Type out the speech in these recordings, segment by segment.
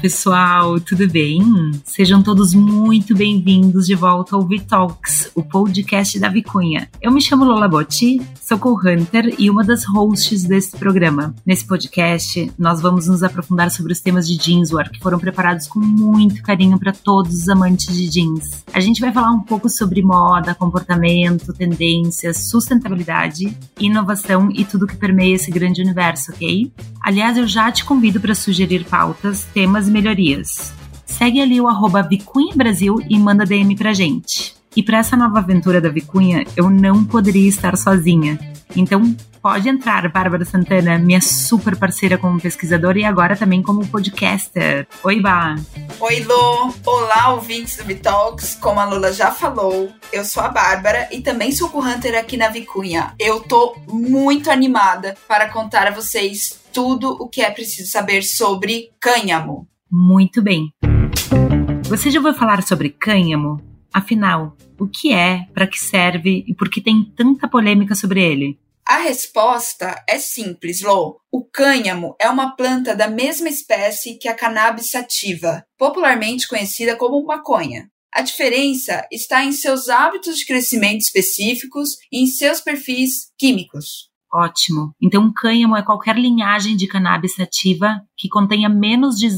pessoal, tudo bem? Sejam todos muito bem-vindos de volta ao VTalks, o podcast da Vicunha. Eu me chamo Lola Botti, sou co-hunter e uma das hosts desse programa. Nesse podcast, nós vamos nos aprofundar sobre os temas de jeanswear que foram preparados com muito carinho para todos os amantes de jeans. A gente vai falar um pouco sobre moda, comportamento, tendências, sustentabilidade, inovação e tudo que permeia esse grande universo, ok? Aliás, eu já te convido para sugerir pautas, temas e melhorias. Segue ali o @Vicunha Brasil e manda DM pra gente. E para essa nova aventura da Vicunha, eu não poderia estar sozinha. Então, pode entrar, Bárbara Santana, minha super parceira como pesquisadora e agora também como podcaster. Oi, Bá! Oi, Lô! Olá, ouvintes do VTalks. Como a Lola já falou, eu sou a Bárbara e também sou co-hunter aqui na Vicunha. Eu tô muito animada para contar a vocês tudo o que é preciso saber sobre cânhamo. Muito bem. Você já ouviu falar sobre cânhamo? Afinal, o que é, para que serve e por que tem tanta polêmica sobre ele? A resposta é simples, Lô. O cânhamo é uma planta da mesma espécie que a cannabis sativa, popularmente conhecida como maconha. A diferença está em seus hábitos de crescimento específicos e em seus perfis químicos. Ótimo. Então, cânhamo é qualquer linhagem de cannabis sativa que contenha menos de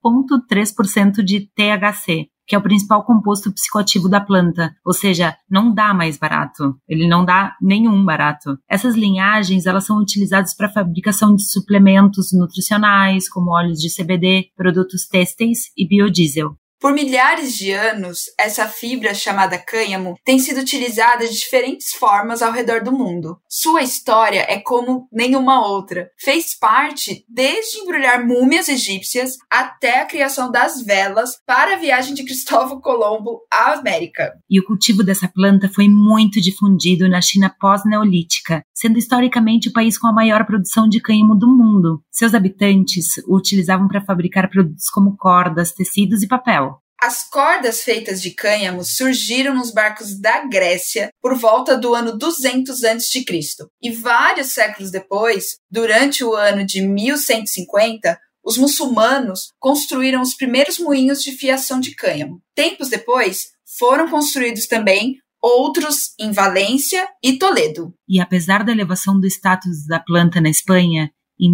0,3% de THC, que é o principal composto psicoativo da planta, ou seja, não dá mais barato. Ele não dá nenhum barato. Essas linhagens, elas são utilizadas para a fabricação de suplementos nutricionais, como óleos de CBD, produtos têxteis e biodiesel. Por milhares de anos, essa fibra chamada cânhamo tem sido utilizada de diferentes formas ao redor do mundo. Sua história é como nenhuma outra. Fez parte desde embrulhar múmias egípcias até a criação das velas para a viagem de Cristóvão Colombo à América. E o cultivo dessa planta foi muito difundido na China pós-neolítica, sendo historicamente o país com a maior produção de cânhamo do mundo. Seus habitantes o utilizavam para fabricar produtos como cordas, tecidos e papel. As cordas feitas de cânhamo surgiram nos barcos da Grécia por volta do ano 200 a.C. E vários séculos depois, durante o ano de 1150, os muçulmanos construíram os primeiros moinhos de fiação de cânhamo. Tempos depois, foram construídos também outros em Valência e Toledo. E apesar da elevação do status da planta na Espanha, em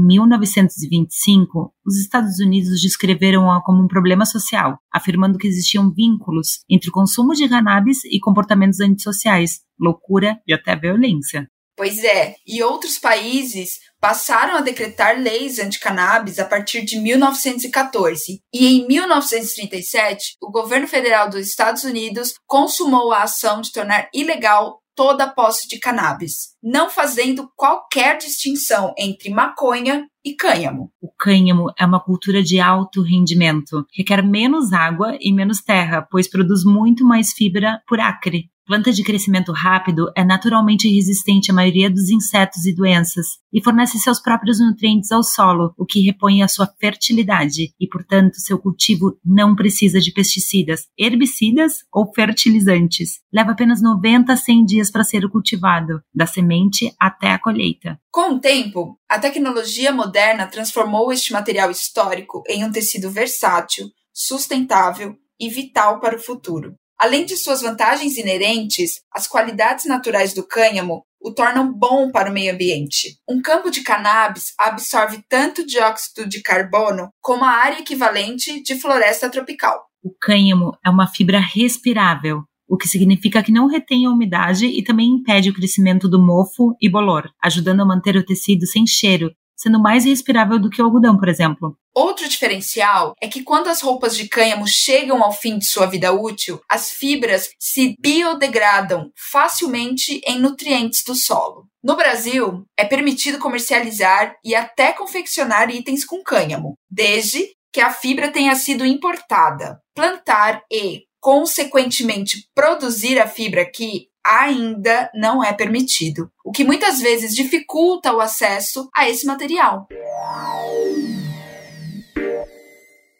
1925, os Estados Unidos descreveram-a como um problema social, afirmando que existiam vínculos entre o consumo de cannabis e comportamentos antissociais, loucura e até violência. Pois é, e outros países passaram a decretar leis anti-cannabis a partir de 1914. E em 1937, o governo federal dos Estados Unidos consumou a ação de tornar ilegal toda a posse de cannabis, não fazendo qualquer distinção entre maconha e cânhamo. O cânhamo é uma cultura de alto rendimento, requer menos água e menos terra, pois produz muito mais fibra por acre. Planta de crescimento rápido é naturalmente resistente à maioria dos insetos e doenças e fornece seus próprios nutrientes ao solo, o que repõe a sua fertilidade e, portanto, seu cultivo não precisa de pesticidas, herbicidas ou fertilizantes. Leva apenas 90 a 100 dias para ser cultivado, da semente até a colheita. Com o tempo, a tecnologia moderna transformou este material histórico em um tecido versátil, sustentável e vital para o futuro. Além de suas vantagens inerentes, as qualidades naturais do cânhamo o tornam bom para o meio ambiente. Um campo de cannabis absorve tanto dióxido de carbono como a área equivalente de floresta tropical. O cânhamo é uma fibra respirável, o que significa que não retém a umidade e também impede o crescimento do mofo e bolor, ajudando a manter o tecido sem cheiro, sendo mais respirável do que o algodão, por exemplo. Outro diferencial é que quando as roupas de cânhamo chegam ao fim de sua vida útil, as fibras se biodegradam facilmente em nutrientes do solo. No Brasil, é permitido comercializar e até confeccionar itens com cânhamo, desde que a fibra tenha sido importada. Plantar e, consequentemente, produzir a fibra aqui ainda não é permitido, o que muitas vezes dificulta o acesso a esse material.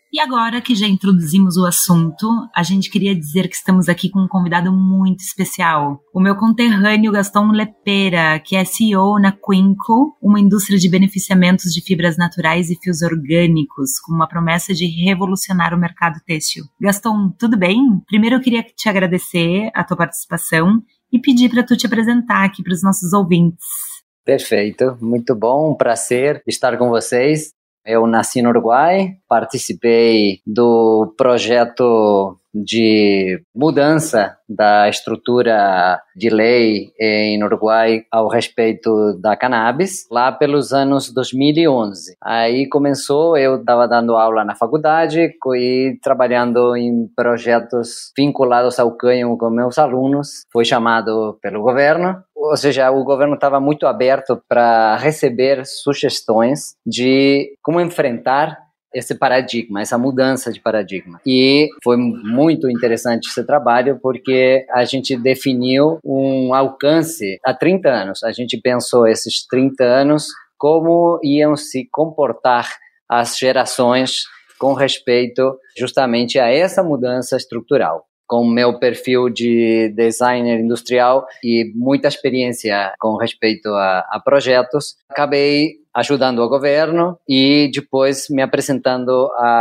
E agora que já introduzimos o assunto, a gente queria dizer que estamos aqui com um convidado muito especial. O meu conterrâneo Gaston Lepera, que é CEO na Quinco, uma indústria de beneficiamentos de fibras naturais e fios orgânicos, com uma promessa de revolucionar o mercado têxtil. Gaston, tudo bem? Primeiro eu queria te agradecer a tua participação e pedir para tu te apresentar aqui para os nossos ouvintes. Perfeito, muito bom, um prazer estar com vocês. Eu nasci no Uruguai, participei do projeto de mudança da estrutura de lei em Uruguai ao respeito da cannabis, lá pelos anos 2011. Aí começou, eu estava dando aula na faculdade e trabalhando em projetos vinculados ao cânhamo com meus alunos. Fui chamado pelo governo, ou seja, o governo estava muito aberto para receber sugestões de como enfrentar esse paradigma, essa mudança de paradigma. E foi muito interessante esse trabalho porque a gente definiu um alcance há 30 anos. A gente pensou esses 30 anos como iam se comportar as gerações com respeito justamente a essa mudança estrutural. Com meu perfil de designer industrial e muita experiência com respeito a projetos, acabei ajudando o governo e depois me apresentando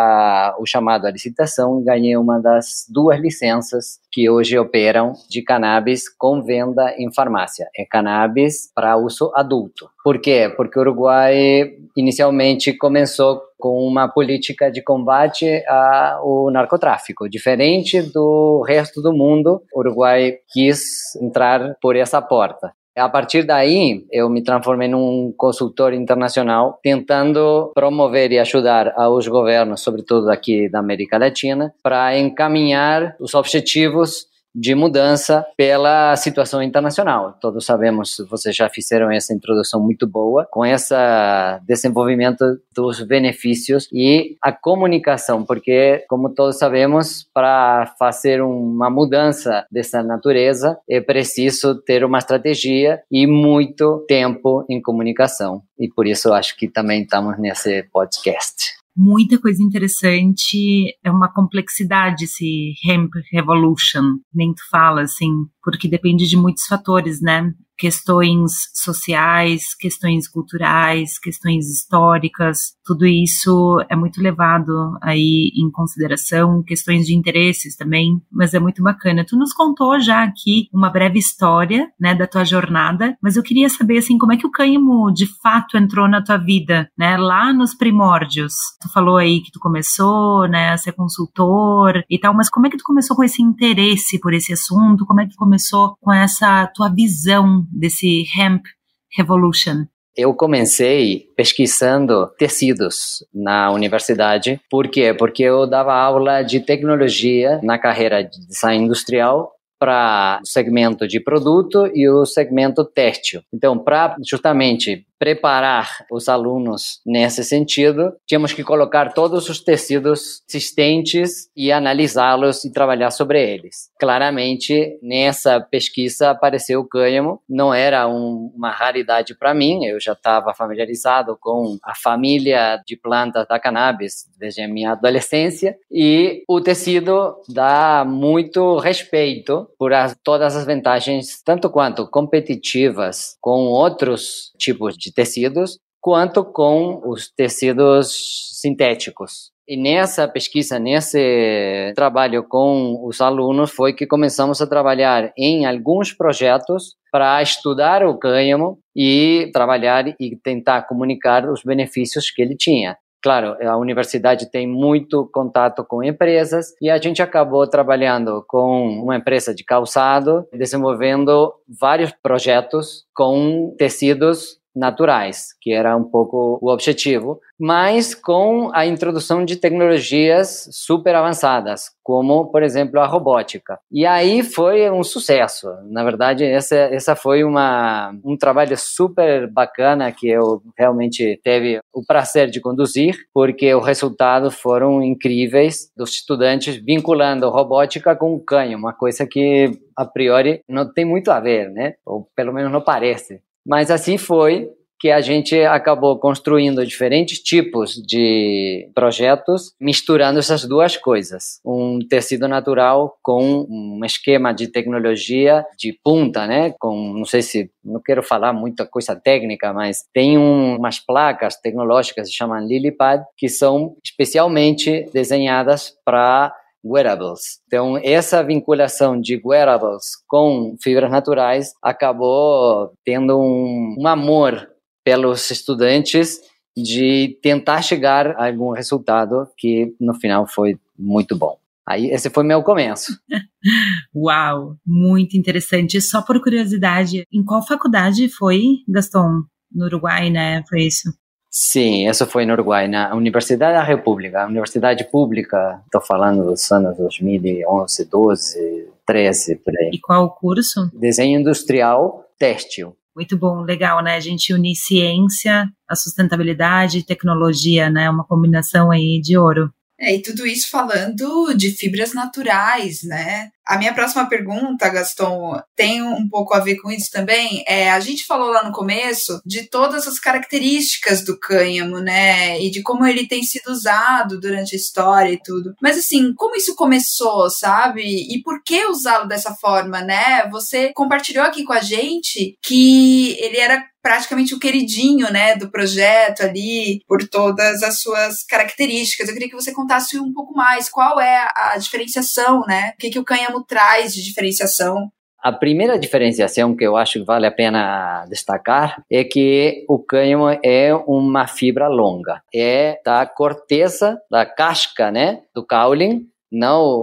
o chamado à licitação e ganhei uma das 2 licenças que hoje operam de cannabis com venda em farmácia. É cannabis para uso adulto. Por quê? Porque o Uruguai inicialmente começou com uma política de combate ao narcotráfico. Diferente do resto do mundo, o Uruguai quis entrar por essa porta. A partir daí, eu me transformei num consultor internacional, tentando promover e ajudar aos governos, sobretudo aqui da América Latina, para encaminhar os objetivos de mudança pela situação internacional. Todos sabemos, vocês já fizeram essa introdução muito boa, com esse desenvolvimento dos benefícios e a comunicação, porque, como todos sabemos, para fazer uma mudança dessa natureza, é preciso ter uma estratégia e muito tempo em comunicação. E por isso acho que também estamos nesse podcast. Muita coisa interessante, é uma complexidade esse Hemp Revolution, nem tu fala, assim, porque depende de muitos fatores, né? Questões sociais, questões culturais, questões históricas, tudo isso é muito levado aí em consideração, questões de interesses também, mas é muito bacana. Tu nos contou já aqui uma breve história, né, da tua jornada, mas eu queria saber, assim, como é que o cânhamo de fato entrou na tua vida, né, lá nos primórdios. Tu falou aí que tu começou, né, a ser consultor e tal, mas como é que tu começou com esse interesse por esse assunto? Como é que começou com essa tua visão desse Hemp Revolution? Eu comecei pesquisando tecidos na universidade. Por quê? Porque eu dava aula de tecnologia na carreira de design industrial para o segmento de produto e o segmento têxtil. Então, para justamente preparar os alunos nesse sentido, tínhamos que colocar todos os tecidos existentes e analisá-los e trabalhar sobre eles. Claramente, nessa pesquisa apareceu o cânhamo, não era uma raridade para mim, eu já estava familiarizado com a família de plantas da cannabis desde a minha adolescência e o tecido dá muito respeito por todas as vantagens, tanto quanto competitivas com outros tipos de tecidos, quanto com os tecidos sintéticos. E nessa pesquisa, nesse trabalho com os alunos, foi que começamos a trabalhar em alguns projetos para estudar o cânhamo e trabalhar e tentar comunicar os benefícios que ele tinha. Claro, a universidade tem muito contato com empresas e a gente acabou trabalhando com uma empresa de calçado, desenvolvendo vários projetos com tecidos naturais, que era um pouco o objetivo, mas com a introdução de tecnologias super avançadas, como, por exemplo, a robótica. E aí foi um sucesso. Na verdade, essa foi um trabalho super bacana que eu realmente teve o prazer de conduzir, porque os resultados foram incríveis dos estudantes vinculando robótica com cânhamo, uma coisa que, a priori, não tem muito a ver, né? Ou pelo menos não parece. Mas assim foi, que a gente acabou construindo diferentes tipos de projetos, misturando essas duas coisas. Um tecido natural com um esquema de tecnologia de punta, né? Não sei se, não quero falar muita coisa técnica, mas tem umas placas tecnológicas que se chamam LilyPad, que são especialmente desenhadas para wearables. Então, essa vinculação de wearables com fibras naturais acabou tendo um amor pelos estudantes de tentar chegar a algum resultado que no final foi muito bom. Aí, esse foi meu começo. Uau, muito interessante. Só por curiosidade, em qual faculdade foi, Gaston? No Uruguai, né? Foi isso? Sim, isso foi no Uruguai, na Universidade da República. A Universidade Pública, estou falando dos anos 2011, 12, 13, por aí. E qual o curso? Desenho Industrial Têxtil. Muito bom, legal, né? A gente unir ciência, a sustentabilidade e tecnologia, né? Uma combinação aí de ouro. E tudo isso falando de fibras naturais, né? A minha próxima pergunta, Gaston, tem um pouco a ver com isso também. A gente falou lá no começo de todas as características do cânhamo, né? E de como ele tem sido usado durante a história e tudo. Mas assim, como isso começou, sabe? E por que usá-lo dessa forma, né? Você compartilhou aqui com a gente que ele era praticamente o queridinho, né, do projeto ali, por todas as suas características. Eu queria que você contasse um pouco mais, qual é a diferenciação, né? O que o cânhamo traz de diferenciação? A primeira diferenciação que eu acho que vale a pena destacar é que o cânhamo é uma fibra longa. É da corteza, da casca, né, do caule, não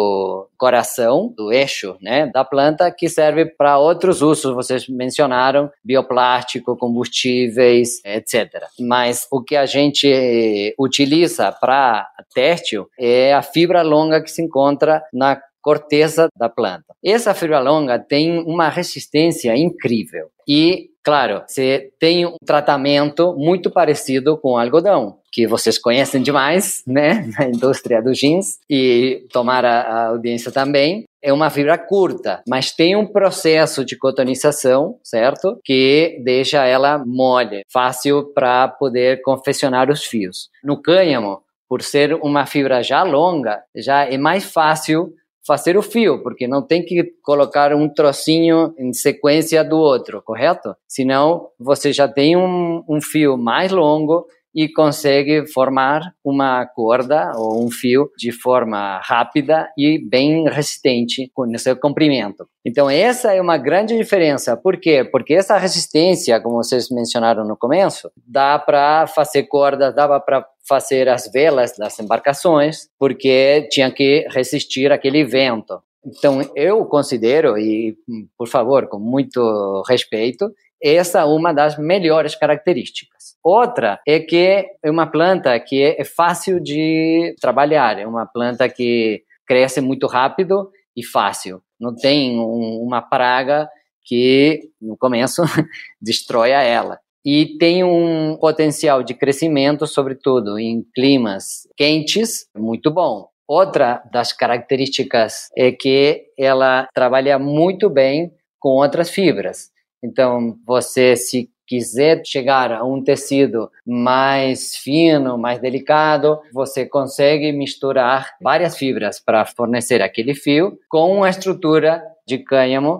do coração, do eixo, né, da planta, que serve para outros usos, vocês mencionaram, bioplástico, combustíveis, etc. Mas o que a gente utiliza para têxtil é a fibra longa que se encontra na corteza da planta. Essa fibra longa tem uma resistência incrível e, claro, você tem um tratamento muito parecido com o algodão, que vocês conhecem demais, né, na indústria do jeans, e tomara a audiência também. É uma fibra curta, mas tem um processo de cotonização, certo? Que deixa ela mole, fácil para poder confeccionar os fios. No cânhamo, por ser uma fibra já longa, já é mais fácil fazer o fio, porque não tem que colocar um trocinho em sequência do outro, correto? Senão, você já tem um fio mais longo e consegue formar uma corda ou um fio de forma rápida e bem resistente no seu comprimento. Então, essa é uma grande diferença. Por quê? Porque essa resistência, como vocês mencionaram no começo, dá para fazer cordas, dava para fazer as velas das embarcações, porque tinha que resistir àquele vento. Então, eu considero, e por favor, com muito respeito, essa é uma das melhores características. Outra é que é uma planta que é fácil de trabalhar, é uma planta que cresce muito rápido e fácil. Não tem uma praga que, no começo, destrói ela. E tem um potencial de crescimento, sobretudo em climas quentes, muito bom. Outra das características é que ela trabalha muito bem com outras fibras. Então, você, se quiser chegar a um tecido mais fino, mais delicado, você consegue misturar várias fibras para fornecer aquele fio com uma estrutura de cânhamo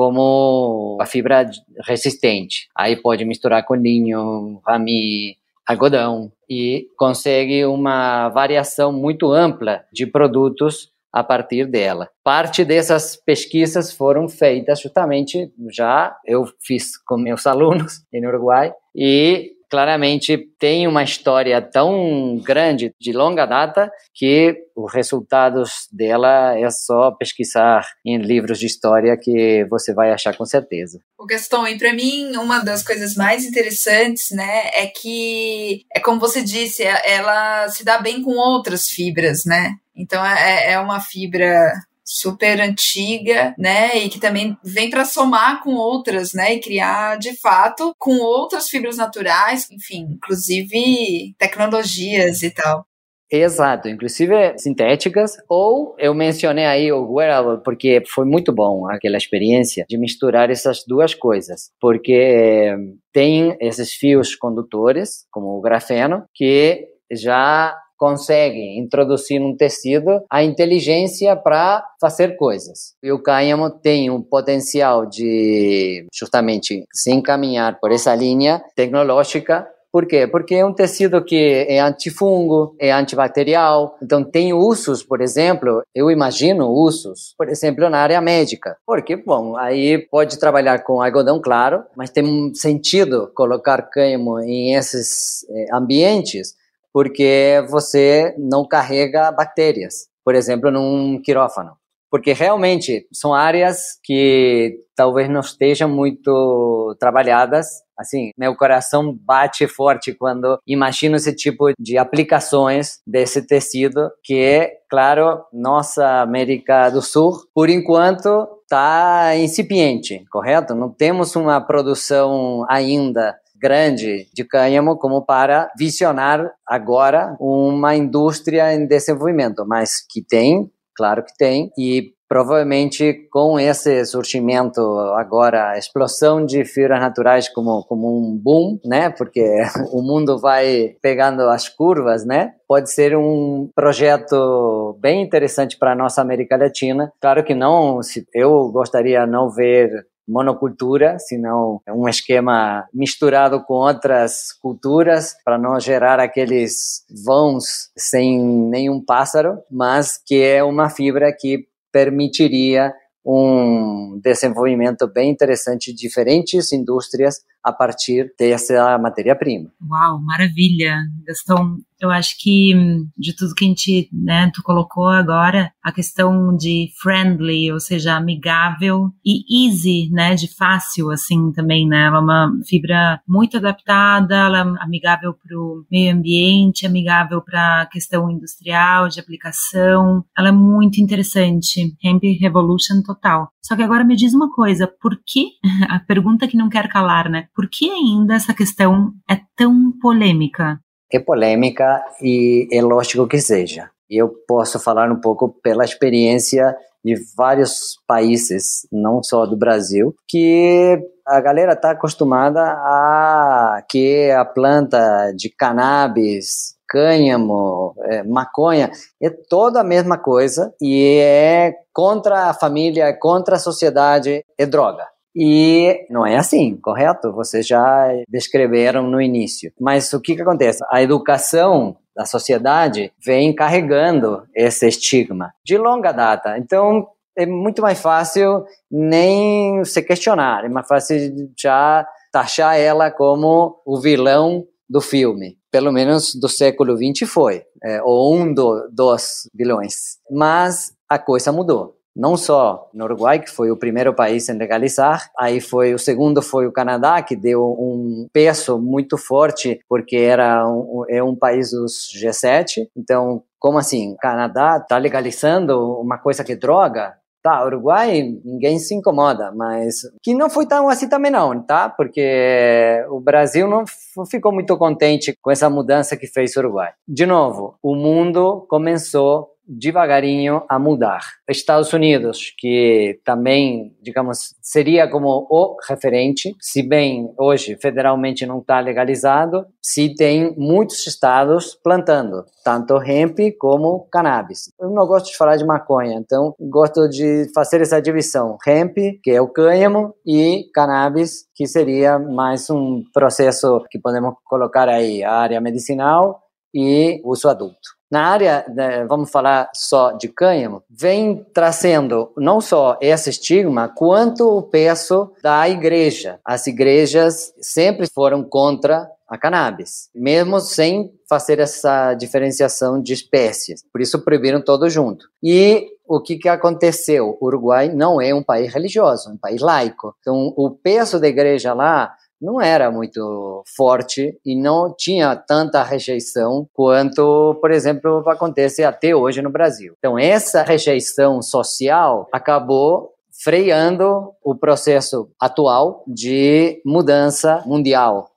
como a fibra resistente. Aí pode misturar com linho, rami, algodão e consegue uma variação muito ampla de produtos a partir dela. Parte dessas pesquisas foram feitas justamente, eu fiz com meus alunos no Uruguai, e claramente tem uma história tão grande, de longa data, que os resultados dela é só pesquisar em livros de história que você vai achar com certeza. O Gaston, e para mim, uma das coisas mais interessantes, né, é que, como você disse, ela se dá bem com outras fibras, né? Então, é uma fibra super antiga, né, e que também vem para somar com outras, né, e criar, de fato, com outras fibras naturais, enfim, inclusive tecnologias e tal. Exato, inclusive sintéticas, ou eu mencionei aí o wearable, porque foi muito bom aquela experiência de misturar essas duas coisas, porque tem esses fios condutores, como o grafeno, que já consegue introduzir no tecido a inteligência para fazer coisas. E o cânhamo tem um potencial de justamente se encaminhar por essa linha tecnológica. Por quê? Porque é um tecido que é antifungo, é antibacterial, então tem usos, por exemplo, eu imagino usos, por exemplo, na área médica. Porque, bom, aí pode trabalhar com algodão claro, mas tem sentido colocar cânhamo em esses ambientes, porque você não carrega bactérias, por exemplo, num quirófano. Porque realmente são áreas que talvez não estejam muito trabalhadas. Assim, meu coração bate forte quando imagino esse tipo de aplicações desse tecido, que é, claro, nossa América do Sul, por enquanto, está incipiente, correto? Não temos uma produção ainda grande de cânhamo como para visionar agora uma indústria em desenvolvimento, mas que tem, claro que tem, e provavelmente com esse surgimento agora, a explosão de fibras naturais como um boom, né? Porque o mundo vai pegando as curvas, né? Pode ser um projeto bem interessante para a nossa América Latina. Claro que não, eu gostaria de não ver monocultura, senão é um esquema misturado com outras culturas para não gerar aqueles vãos sem nenhum pássaro, mas que é uma fibra que permitiria um desenvolvimento bem interessante de diferentes indústrias a partir dessa matéria-prima. Uau, maravilha, Gastão. Eu acho que de tudo que a gente, né, tu colocou agora, a questão de friendly, ou seja, amigável e easy, né, de fácil, assim, também, né, ela é uma fibra muito adaptada, ela é amigável para o meio ambiente, amigável para a questão industrial, de aplicação, ela é muito interessante, Hemp Revolution total. Só que agora me diz uma coisa, por que, a pergunta que não quer calar, né, por que ainda essa questão é tão polêmica? É polêmica e é lógico que seja. Eu posso falar um pouco pela experiência de vários países, não só do Brasil, que a galera está acostumada a que a planta de cannabis, cânhamo, maconha, é toda a mesma coisa e é contra a família, é contra a sociedade, é droga. E não é assim, correto? Vocês já descreveram no início. Mas o que acontece? A educação da sociedade vem carregando esse estigma de longa data. Então, é muito mais fácil nem se questionar. É mais fácil já taxar ela como o vilão do filme. Pelo menos do século XX foi. Ou dos vilões. Mas a coisa mudou. Não só no Uruguai, que foi o primeiro país em legalizar, aí o segundo foi o Canadá, que deu um peso muito forte, porque é um país dos G7. Então, como assim? O Canadá está legalizando uma coisa que é droga? Tá, Uruguai, ninguém se incomoda, mas que não foi tão assim também não, tá? Porque o Brasil não ficou muito contente com essa mudança que fez o Uruguai. De novo, o mundo começou devagarinho a mudar. Estados Unidos, que também, digamos, seria como o referente, se bem hoje federalmente não está legalizado, se tem muitos estados plantando, tanto hemp como cannabis. Eu não gosto de falar de maconha, então gosto de fazer essa divisão. Hemp, que é o cânhamo, e cannabis, que seria mais um processo que podemos colocar aí, a área medicinal e uso adulto. Na área, vamos falar só de cânhamo, vem trazendo não só esse estigma, quanto o peso da igreja. As igrejas sempre foram contra a cannabis, mesmo sem fazer essa diferenciação de espécies. Por isso proibiram todo junto. E o que aconteceu? O Uruguai não é um país religioso, é um país laico. Então, o peso da igreja lá não era muito forte e não tinha tanta rejeição quanto, por exemplo, acontece até hoje no Brasil. Então, essa rejeição social acabou freando o processo atual de mudança mundial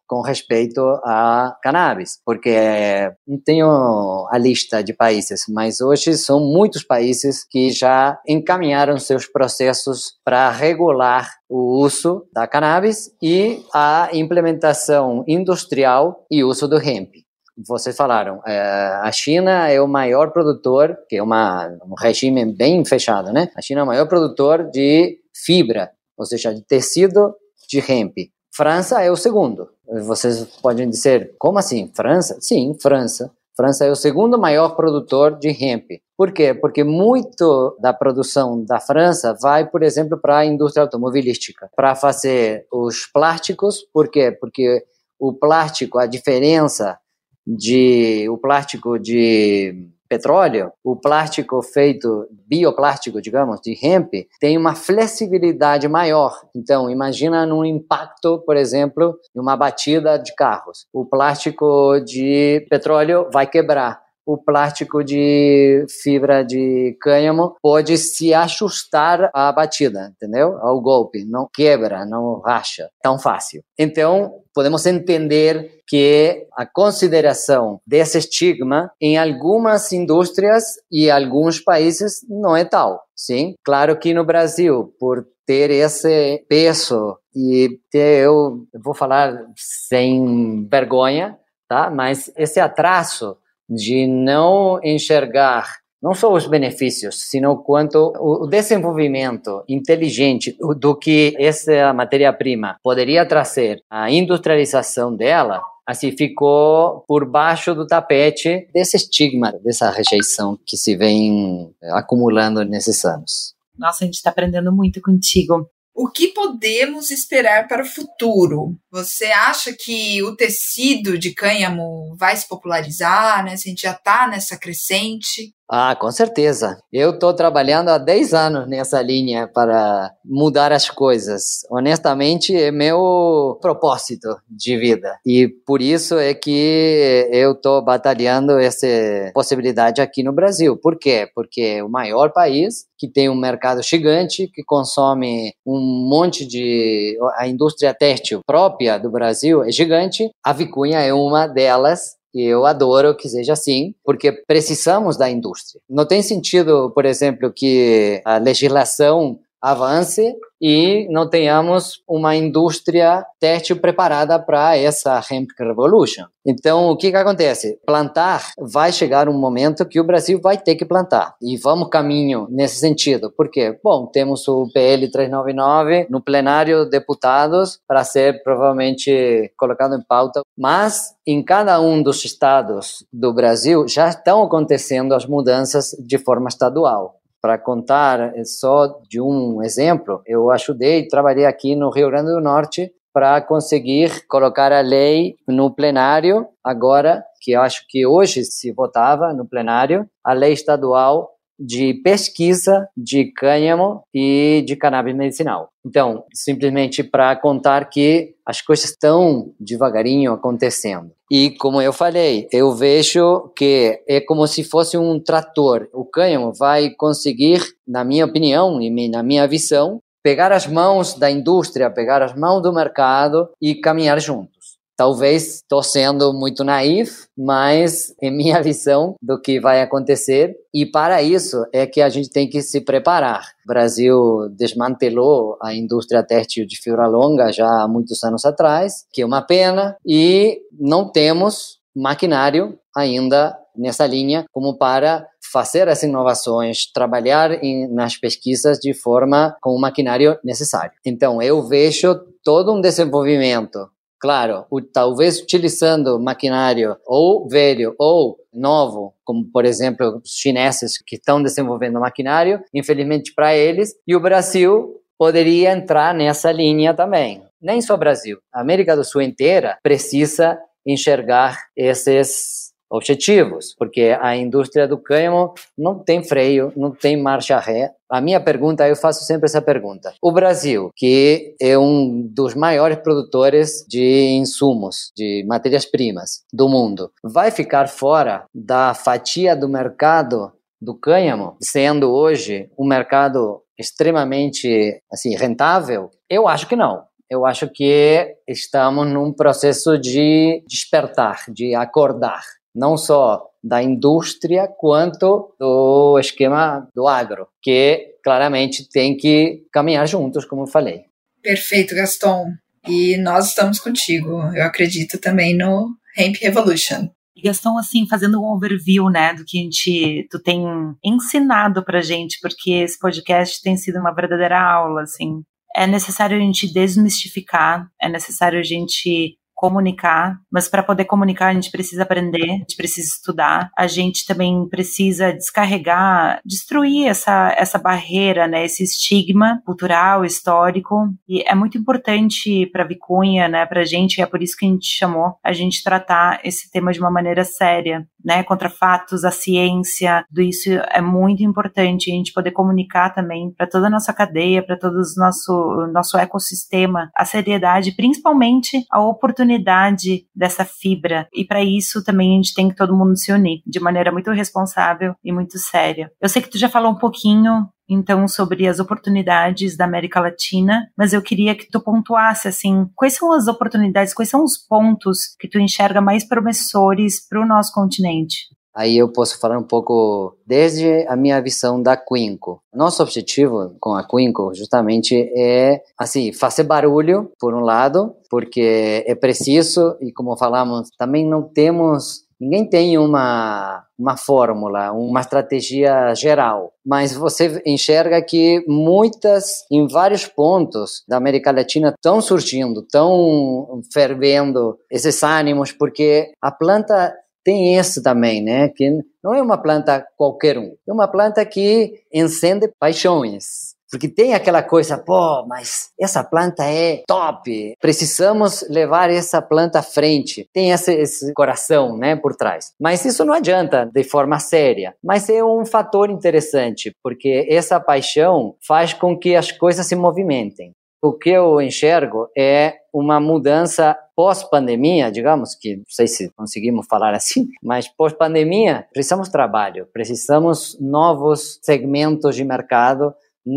com respeito a cannabis, porque não tenho a lista de países, mas hoje são muitos países que já encaminharam seus processos para regular o uso da cannabis e a implementação industrial e uso do hemp. Vocês falaram, a China é o maior produtor, que é um regime bem fechado, né? A China é o maior produtor de fibra, ou seja, de tecido de hemp. França é o segundo. Vocês podem dizer, como assim? França? Sim, França. França é o segundo maior produtor de hemp. Por quê? Porque muito da produção da França vai, por exemplo, para a indústria automobilística, para fazer os plásticos. Por quê? Porque o plástico, a diferença o plástico de petróleo, o plástico feito, bioplástico, digamos, de hemp, tem uma flexibilidade maior. Então, imagina num impacto, por exemplo, numa batida de carros. O plástico de petróleo vai quebrar. O plástico de fibra de cânhamo pode se ajustar à batida, entendeu? Ao golpe, não quebra, não racha tão fácil. Então, podemos entender que a consideração desse estigma em algumas indústrias e alguns países não é tal, sim? Claro que no Brasil, por ter esse peso e eu vou falar sem vergonha, tá? Mas esse atraso de não enxergar não só os benefícios, sino quanto o desenvolvimento inteligente do que essa matéria-prima poderia trazer, a industrialização dela, assim, ficou por baixo do tapete desse estigma, dessa rejeição que se vem acumulando nesses anos. Nossa, a gente está aprendendo muito contigo. O que podemos esperar para o futuro? Você acha que o tecido de cânhamo vai se popularizar, né? Se a gente já está nessa crescente? Ah, com certeza. Eu estou trabalhando há 10 anos nessa linha para mudar as coisas. Honestamente, é meu propósito de vida. E por isso é que eu estou batalhando essa possibilidade aqui no Brasil. Por quê? Porque é o maior país, que tem um mercado gigante, que consome um monte de... A indústria têxtil própria do Brasil é gigante. A Vicunha é uma delas. E eu adoro que seja assim, porque precisamos da indústria. Não tem sentido, por exemplo, que a legislação avance e não tenhamos uma indústria têxtil preparada para essa Hemp Revolution. Então, o que acontece? Plantar, vai chegar um momento que o Brasil vai ter que plantar. E vamos caminho nesse sentido. Por quê? Bom, temos o PL 399 no plenário deputados para ser provavelmente colocado em pauta. Mas em cada um dos estados do Brasil já estão acontecendo as mudanças de forma estadual. Para contar só de um exemplo, eu trabalhei aqui no Rio Grande do Norte para conseguir colocar a lei no plenário, agora, que eu acho que hoje se votava no plenário, a lei estadual de pesquisa de cânhamo e de cannabis medicinal. Então, simplesmente para contar que as coisas estão devagarinho acontecendo. E como eu falei, eu vejo que é como se fosse um trator. O cânhamo vai conseguir, na minha opinião e na minha visão, pegar as mãos da indústria, pegar as mãos do mercado e caminhar juntos. Talvez estou sendo muito naif, mas é minha visão do que vai acontecer. E para isso é que a gente tem que se preparar. O Brasil desmantelou a indústria têxtil de fibra longa já há muitos anos atrás, que é uma pena, e não temos maquinário ainda nessa linha como para fazer as inovações, trabalhar nas pesquisas de forma com o maquinário necessário. Então, eu vejo todo um desenvolvimento. Claro, talvez utilizando maquinário ou velho ou novo, como por exemplo os chineses que estão desenvolvendo maquinário, infelizmente para eles, e o Brasil poderia entrar nessa linha também. Nem só o Brasil, a América do Sul inteira precisa enxergar esses objetivos, porque a indústria do cânhamo não tem freio, não tem marcha ré. A minha pergunta, eu faço sempre essa pergunta. O Brasil, que é um dos maiores produtores de insumos, de matérias-primas do mundo, vai ficar fora da fatia do mercado do cânhamo, sendo hoje um mercado extremamente rentável? Eu acho que não. eu acho que estamos num processo de despertar, de acordar, não só da indústria quanto do esquema do agro, que claramente tem que caminhar juntos, como eu falei. Perfeito, Gaston. E nós estamos contigo. Eu acredito também no Hemp Revolution. E Gaston, assim, fazendo um overview, né, do que tu tem ensinado pra gente, porque esse podcast tem sido uma verdadeira aula, assim. É necessário a gente desmistificar, é necessário a gente comunicar, mas para poder comunicar a gente precisa aprender, a gente precisa estudar, a gente também precisa descarregar, destruir essa barreira, né, esse estigma cultural, histórico, e é muito importante para a Vicunha, né, para a gente, e é por isso que a gente chamou a gente tratar esse tema de uma maneira séria, né, contra fatos, a ciência, tudo isso é muito importante, a gente poder comunicar também para toda a nossa cadeia, para todo o nosso ecossistema, a seriedade, principalmente a oportunidade dessa fibra, e para isso também a gente tem que todo mundo se unir de maneira muito responsável e muito séria. Eu sei que tu já falou um pouquinho então sobre as oportunidades da América Latina, mas eu queria que tu pontuasse assim, quais são as oportunidades, quais são os pontos que tu enxerga mais promissores para o nosso continente? Aí eu posso falar um pouco desde a minha visão da Quinco. Nosso objetivo com a Quinco justamente é assim, fazer barulho, por um lado, porque é preciso, e como falamos, também ninguém tem uma fórmula, uma estratégia geral, mas você enxerga que em vários pontos da América Latina estão surgindo, estão fervendo esses ânimos, porque a planta tem isso também, né? Que não é uma planta qualquer é uma planta que encende paixões. Porque tem aquela coisa, mas essa planta é top, precisamos levar essa planta à frente. Tem esse coração, né, por trás. Mas isso não adianta de forma séria. Mas é um fator interessante, porque essa paixão faz com que as coisas se movimentem. O que eu enxergo é uma mudança pós-pandemia, digamos, que não sei se conseguimos falar assim, mas pós-pandemia precisamos trabalho, precisamos novos segmentos de mercado,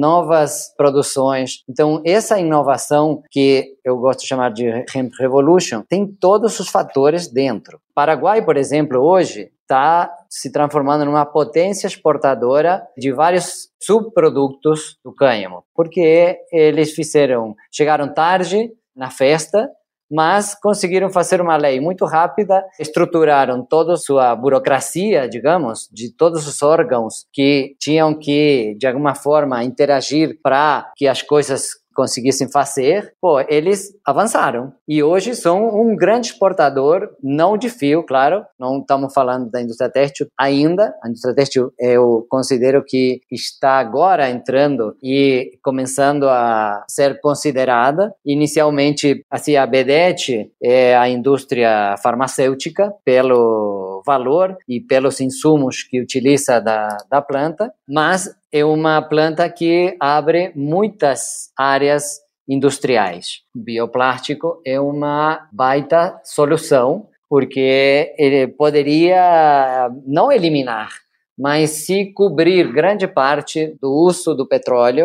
novas produções. Então, essa inovação que eu gosto de chamar de Hemp Revolution tem todos os fatores dentro. Paraguai, por exemplo, hoje está se transformando numa potência exportadora de vários subprodutos do cânhamo, porque eles chegaram tarde na festa, mas conseguiram fazer uma lei muito rápida, estruturaram toda a sua burocracia, digamos, de todos os órgãos que tinham que, de alguma forma, interagir para que as coisas conseguissem fazer, eles avançaram. E hoje são um grande exportador, não de fio, claro, não estamos falando da indústria têxtil ainda. A indústria têxtil eu considero que está agora entrando e começando a ser considerada. Inicialmente, assim, a BDET é a indústria farmacêutica, pelo valor e pelos insumos que utiliza da planta, mas é uma planta que abre muitas áreas industriais. Bioplástico é uma baita solução, porque ele poderia não eliminar, mas se cobrir grande parte do uso do petróleo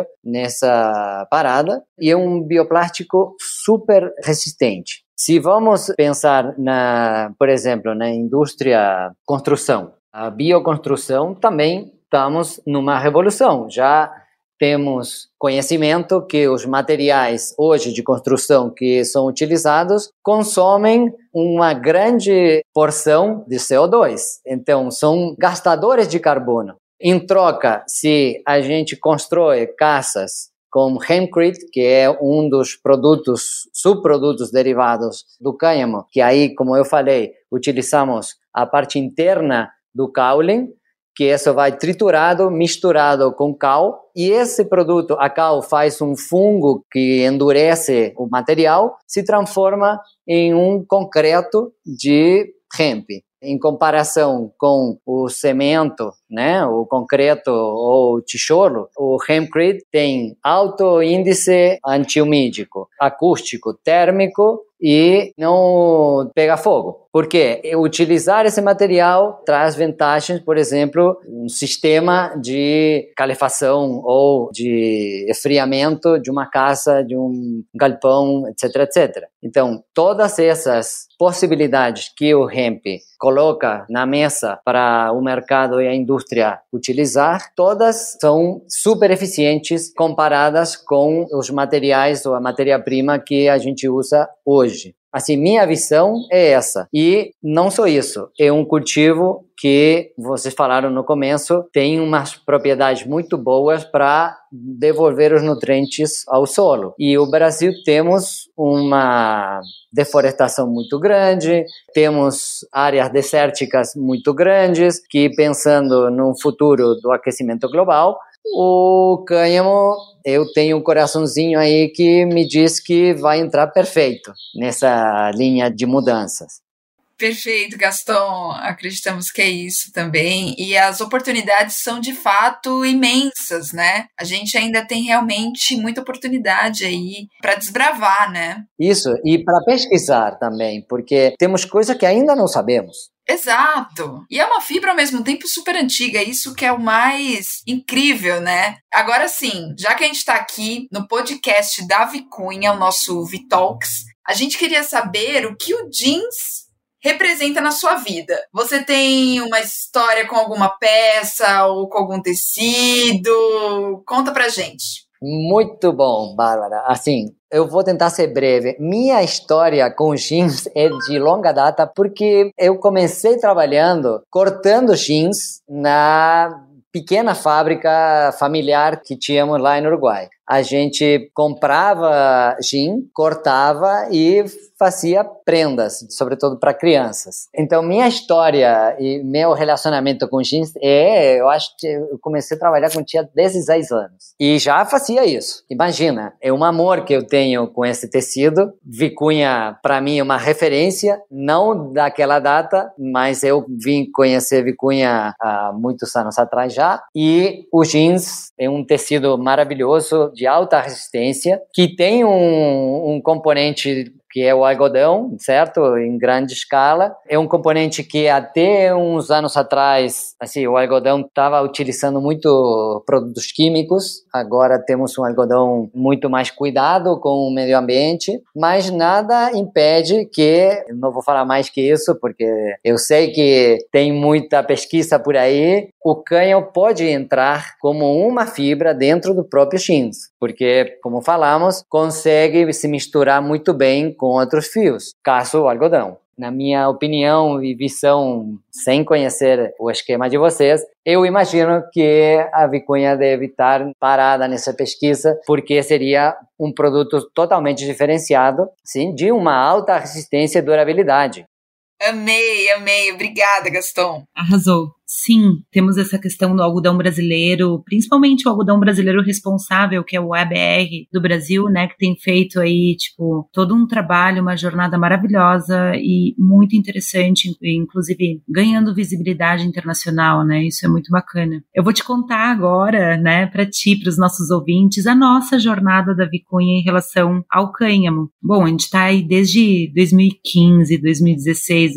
nessa parada, e é um bioplástico super resistente. Se vamos pensar, por exemplo, na indústria construção, a bioconstrução também estamos numa revolução. Já temos conhecimento que os materiais hoje de construção que são utilizados consomem uma grande porção de CO2. Então, são gastadores de carbono. Em troca, se a gente constrói casas como hempcrete, que é um dos subprodutos derivados do cânhamo, que aí, como eu falei, utilizamos a parte interna do caule, que isso vai triturado, misturado com cal, e esse produto, a cal faz um fungo que endurece o material, se transforma em um concreto de hemp. Em comparação com o cimento, né, o concreto ou o tijolo, o hempcrete tem alto índice antiumídico, acústico, térmico e não pega fogo. Porque utilizar esse material traz vantagens, por exemplo, um sistema de calefação ou de esfriamento de uma casa, de um galpão, etc, etc. Então, todas essas possibilidades que o hemp coloca na mesa para o mercado e a indústria utilizar, todas são super eficientes comparadas com os materiais ou a matéria-prima que a gente usa hoje. Assim, minha visão é essa. E não só isso, é um cultivo que, vocês falaram no começo, tem umas propriedades muito boas para devolver os nutrientes ao solo. E o Brasil temos uma deforestação muito grande, temos áreas desérticas muito grandes, que pensando no futuro do aquecimento global, o cânhamo, eu tenho um coraçãozinho aí que me diz que vai entrar perfeito nessa linha de mudanças. Perfeito, Gaston. Acreditamos que é isso também. E as oportunidades são, de fato, imensas, né? A gente ainda tem realmente muita oportunidade aí para desbravar, né? Isso, e para pesquisar também, porque temos coisas que ainda não sabemos. Exato. E é uma fibra ao mesmo tempo super antiga, isso que é o mais incrível, né? Agora sim, já que a gente está aqui no podcast da Vicunha, o nosso Vitalks, a gente queria saber o que o jeans representa na sua vida. Você tem uma história com alguma peça ou com algum tecido? Conta pra gente. Muito bom, Bárbara. Assim, eu vou tentar ser breve. Minha história com jeans é de longa data porque eu comecei trabalhando cortando jeans na pequena fábrica familiar que tínhamos lá no Uruguai. A gente comprava jeans, cortava e fazia prendas, sobretudo para crianças. Então, minha história e meu relacionamento com jeans eu acho que eu comecei a trabalhar quando tinha 16 anos. E já fazia isso. Imagina, é um amor que eu tenho com esse tecido. Vicunha, para mim, é uma referência, não daquela data, mas eu vim conhecer Vicunha há muitos anos atrás já. E o jeans é um tecido maravilhoso, de alta resistência, que tem um componente que é o algodão, certo? Em grande escala. É um componente que até uns anos atrás, assim, o algodão estava utilizando muito produtos químicos. Agora temos um algodão muito mais cuidado com o meio ambiente, mas nada impede que, não vou falar mais que isso, porque eu sei que tem muita pesquisa por aí, o cânhamo pode entrar como uma fibra dentro do próprio jeans, porque, como falamos, consegue se misturar muito bem com outros fios, caso o algodão. Na minha opinião e visão, sem conhecer o esquema de vocês, eu imagino que a Vicunha deve estar parada nessa pesquisa, porque seria um produto totalmente diferenciado, sim, de uma alta resistência e durabilidade. Amei, amei. Obrigada, Gaston. Arrasou. Sim, temos essa questão do algodão brasileiro, principalmente o algodão brasileiro responsável, que é o ABR do Brasil, né, que tem feito aí, tipo, todo um trabalho, uma jornada maravilhosa e muito interessante, inclusive ganhando visibilidade internacional, né, isso é muito bacana. Eu vou te contar agora, né, para ti, para os nossos ouvintes, a nossa jornada da Vicunha em relação ao cânhamo. Bom, a gente está aí desde 2015, 2016,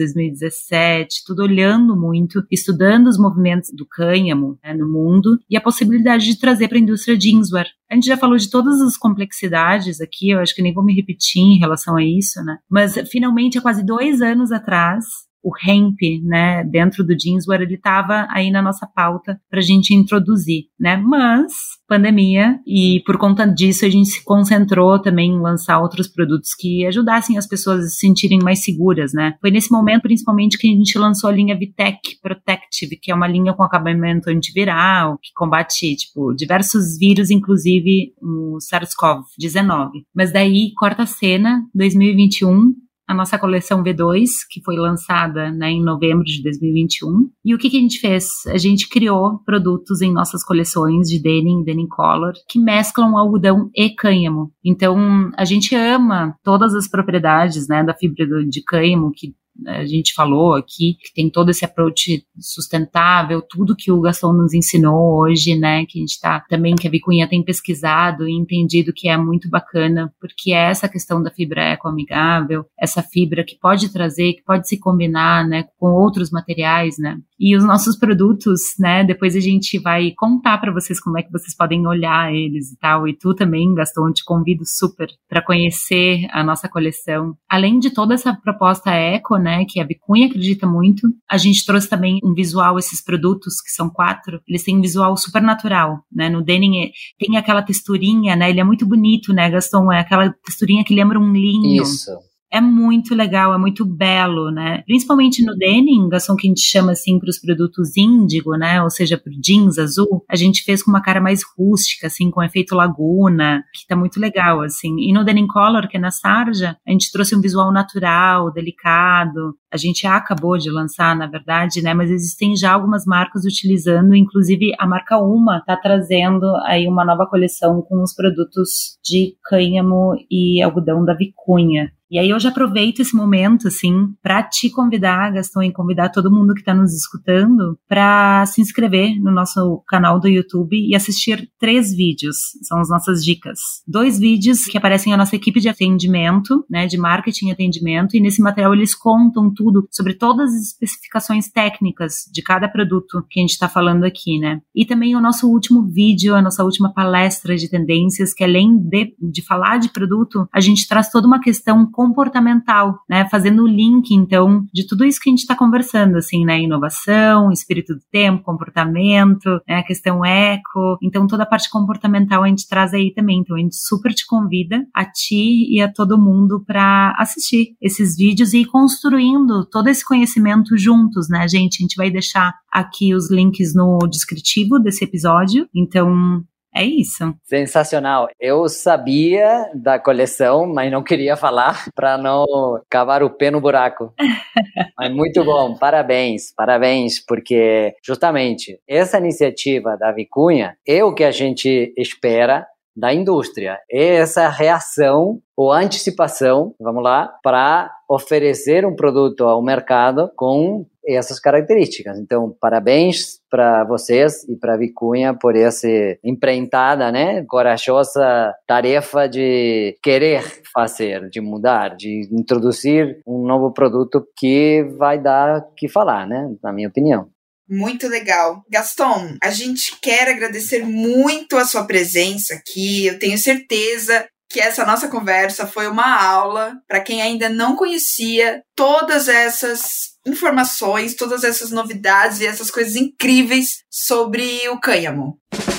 2017, tudo olhando muito, estudando os movimentos do cânhamo, né, no mundo e a possibilidade de trazer para a indústria jeanswear. A gente já falou de todas as complexidades aqui, eu acho que nem vou me repetir em relação a isso, né? Mas finalmente, há quase 2 anos atrás, o hemp, né, dentro do jeanswear, ele estava aí na nossa pauta para a gente introduzir, né? Mas pandemia, e por conta disso a gente se concentrou também em lançar outros produtos que ajudassem as pessoas a se sentirem mais seguras, né? Foi nesse momento, principalmente, que a gente lançou a linha Vitec Protective, que é uma linha com acabamento antiviral, que combate, tipo, diversos vírus, inclusive o SARS-CoV-19. Mas daí, corta a cena, 2021, a nossa coleção V2, que foi lançada, né, em novembro de 2021. E o que a gente fez? A gente criou produtos em nossas coleções de denim color, que mesclam algodão e cânhamo. Então, a gente ama todas as propriedades, né, da fibra de cânhamo, que a gente falou aqui, que tem todo esse approach sustentável, tudo que o Gaston nos ensinou hoje, né, que a gente tá também, que a Vicunha tem pesquisado e entendido que é muito bacana, porque é essa questão da fibra ecoamigável, essa fibra que pode trazer, que pode se combinar, né, com outros materiais, né, e os nossos produtos, né, depois a gente vai contar para vocês como é que vocês podem olhar eles e tal, e tu também, Gaston, eu te convido super para conhecer a nossa coleção. Além de toda essa proposta eco, né, que a Vicunha acredita muito, a gente trouxe também um visual, esses produtos, que são 4, eles têm um visual super natural, né, no denim tem aquela texturinha, né, ele é muito bonito, né, Gaston, é aquela texturinha que lembra um linho. Isso. É muito legal, é muito belo, né? Principalmente no denim, Gaston, que a gente chama assim para os produtos índigo, né? Ou seja, pro jeans azul, a gente fez com uma cara mais rústica, assim, com efeito laguna, que tá muito legal, assim. E no denim color, que é na sarja, a gente trouxe um visual natural, delicado. A gente acabou de lançar, na verdade, né? Mas existem já algumas marcas utilizando, inclusive a marca Uma tá trazendo aí uma nova coleção com os produtos de cânhamo e algodão da Vicunha. E aí eu já aproveito esse momento, assim, para te convidar, Gaston, e convidar todo mundo que está nos escutando para se inscrever no nosso canal do YouTube e assistir 3 vídeos, são as nossas dicas. 2 vídeos que aparecem a nossa equipe de atendimento, né, de marketing e atendimento, e nesse material eles contam tudo sobre todas as especificações técnicas de cada produto que a gente está falando aqui, né. E também o nosso último vídeo, a nossa última palestra de tendências, que além de falar de produto, a gente traz toda uma questão comportamental, né, fazendo o link, então, de tudo isso que a gente está conversando, assim, né, inovação, espírito do tempo, comportamento, né, a questão eco, então toda a parte comportamental a gente traz aí também, então a gente super te convida, a ti e a todo mundo, para assistir esses vídeos e ir construindo todo esse conhecimento juntos, né, gente, a gente vai deixar aqui os links no descritivo desse episódio, então é isso. Sensacional. Eu sabia da coleção, mas não queria falar para não cavar o pé no buraco. Mas muito bom, parabéns, porque justamente essa iniciativa da Vicunha é o que a gente espera da indústria. É essa reação ou antecipação, vamos lá, para oferecer um produto ao mercado com essas características. Então, parabéns para vocês e para a Vicunha por essa empreitada, né, corajosa tarefa de querer fazer, de mudar, de introduzir um novo produto que vai dar o que falar, né, na minha opinião. Muito legal. Gaston, a gente quer agradecer muito a sua presença aqui. Eu tenho certeza que essa nossa conversa foi uma aula para quem ainda não conhecia todas essas informações, todas essas novidades e essas coisas incríveis sobre o cânhamo.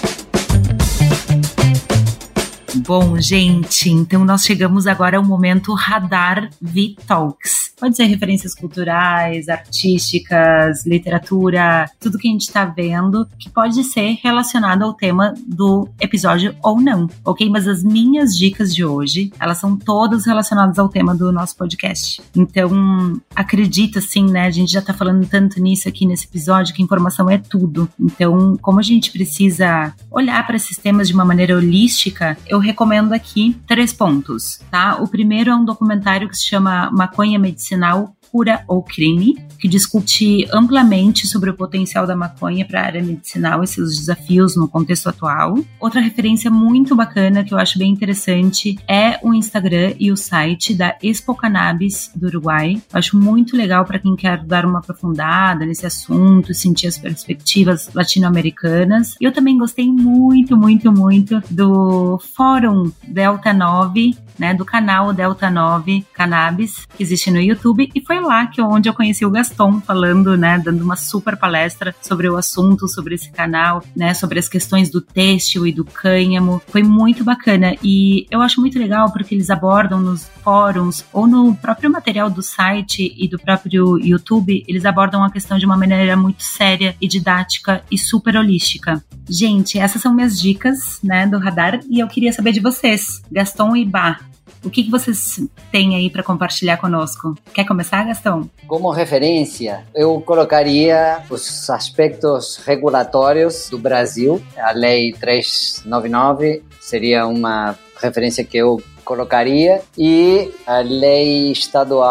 Bom, gente, então nós chegamos agora ao momento Radar V-Talks. Pode ser referências culturais, artísticas, literatura, tudo que a gente está vendo que pode ser relacionado ao tema do episódio ou não, ok? Mas as minhas dicas de hoje, elas são todas relacionadas ao tema do nosso podcast. Então, acredita sim, né? A gente já tá falando tanto nisso aqui nesse episódio que informação é tudo. Então, como a gente precisa olhar para esses temas de uma maneira holística, eu recomendo aqui 3 pontos, tá? O primeiro é um documentário que se chama Maconha Medicinal, Cura ou Crime, que discute amplamente sobre o potencial da maconha para a área medicinal e seus desafios no contexto atual. Outra referência muito bacana que eu acho bem interessante é o Instagram e o site da Expo Cannabis do Uruguai. Eu acho muito legal para quem quer dar uma aprofundada nesse assunto, sentir as perspectivas latino-americanas. E eu também gostei muito do Fórum Delta 9, né, do canal Delta 9 Cannabis, que existe no YouTube, e foi lá onde eu conheci o Gaston falando, né, dando uma super palestra sobre o assunto, sobre esse canal, né, sobre as questões do têxtil e do cânhamo. Foi muito bacana e eu acho muito legal porque eles abordam nos fóruns ou no próprio material do site e do próprio YouTube, eles abordam a questão de uma maneira muito séria e didática e super holística. Gente, essas são minhas dicas, né, do Radar, e eu queria saber de vocês, Gaston e Bá. O que vocês têm aí para compartilhar conosco? Quer começar, Gaston? Como referência, eu colocaria os aspectos regulatórios do Brasil. A Lei 399 seria uma referência que eu colocaria, e a lei estadual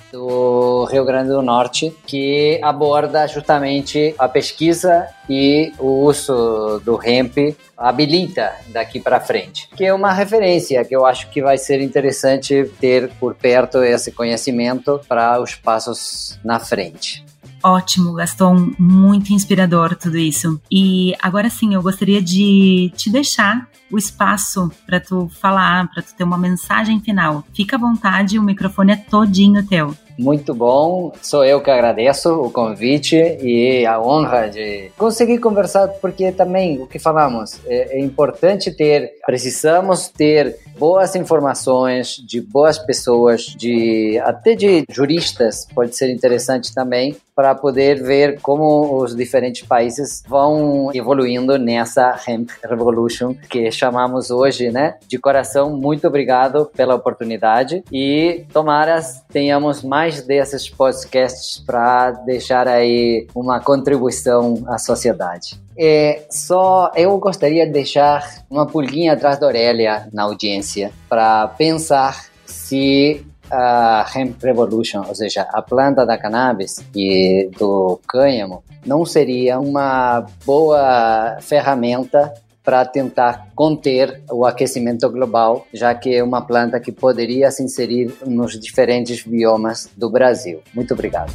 do Rio Grande do Norte, que aborda justamente a pesquisa e o uso do hemp habilita daqui para frente, que é uma referência que eu acho que vai ser interessante ter por perto esse conhecimento para os passos na frente. Ótimo, Gaston, muito inspirador tudo isso. E agora sim, eu gostaria de te deixar o espaço para tu falar, para tu ter uma mensagem final. Fica à vontade, o microfone é todinho teu. Muito bom, sou eu que agradeço o convite e a honra de conseguir conversar, porque também o que falamos é importante precisamos ter boas informações de boas pessoas, até de juristas, pode ser interessante também, para poder ver como os diferentes países vão evoluindo nessa Hemp Revolution que chamamos hoje, né? De coração, muito obrigado pela oportunidade e tomara tenhamos mais desses podcasts para deixar aí uma contribuição à sociedade. Eu gostaria de deixar uma pulguinha atrás da orelha na audiência para pensar se a Hemp Revolution, ou seja, a planta da cannabis e do cânhamo, não seria uma boa ferramenta para tentar conter o aquecimento global, já que é uma planta que poderia se inserir nos diferentes biomas do Brasil. Muito obrigado.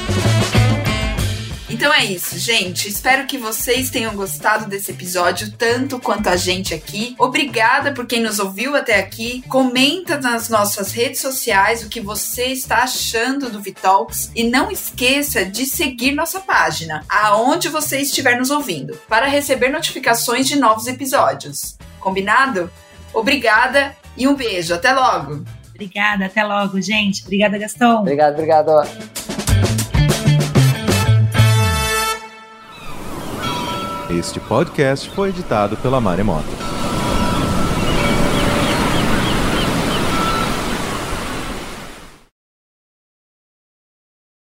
Então é isso, gente. Espero que vocês tenham gostado desse episódio tanto quanto a gente aqui. Obrigada por quem nos ouviu até aqui. Comenta nas nossas redes sociais o que você está achando do Vitalks e não esqueça de seguir nossa página, aonde você estiver nos ouvindo, para receber notificações de novos episódios. Combinado? Obrigada e um beijo. Até logo. Obrigada, até logo, gente. Obrigada, Gaston. Obrigado. Este podcast foi editado pela Maremoto.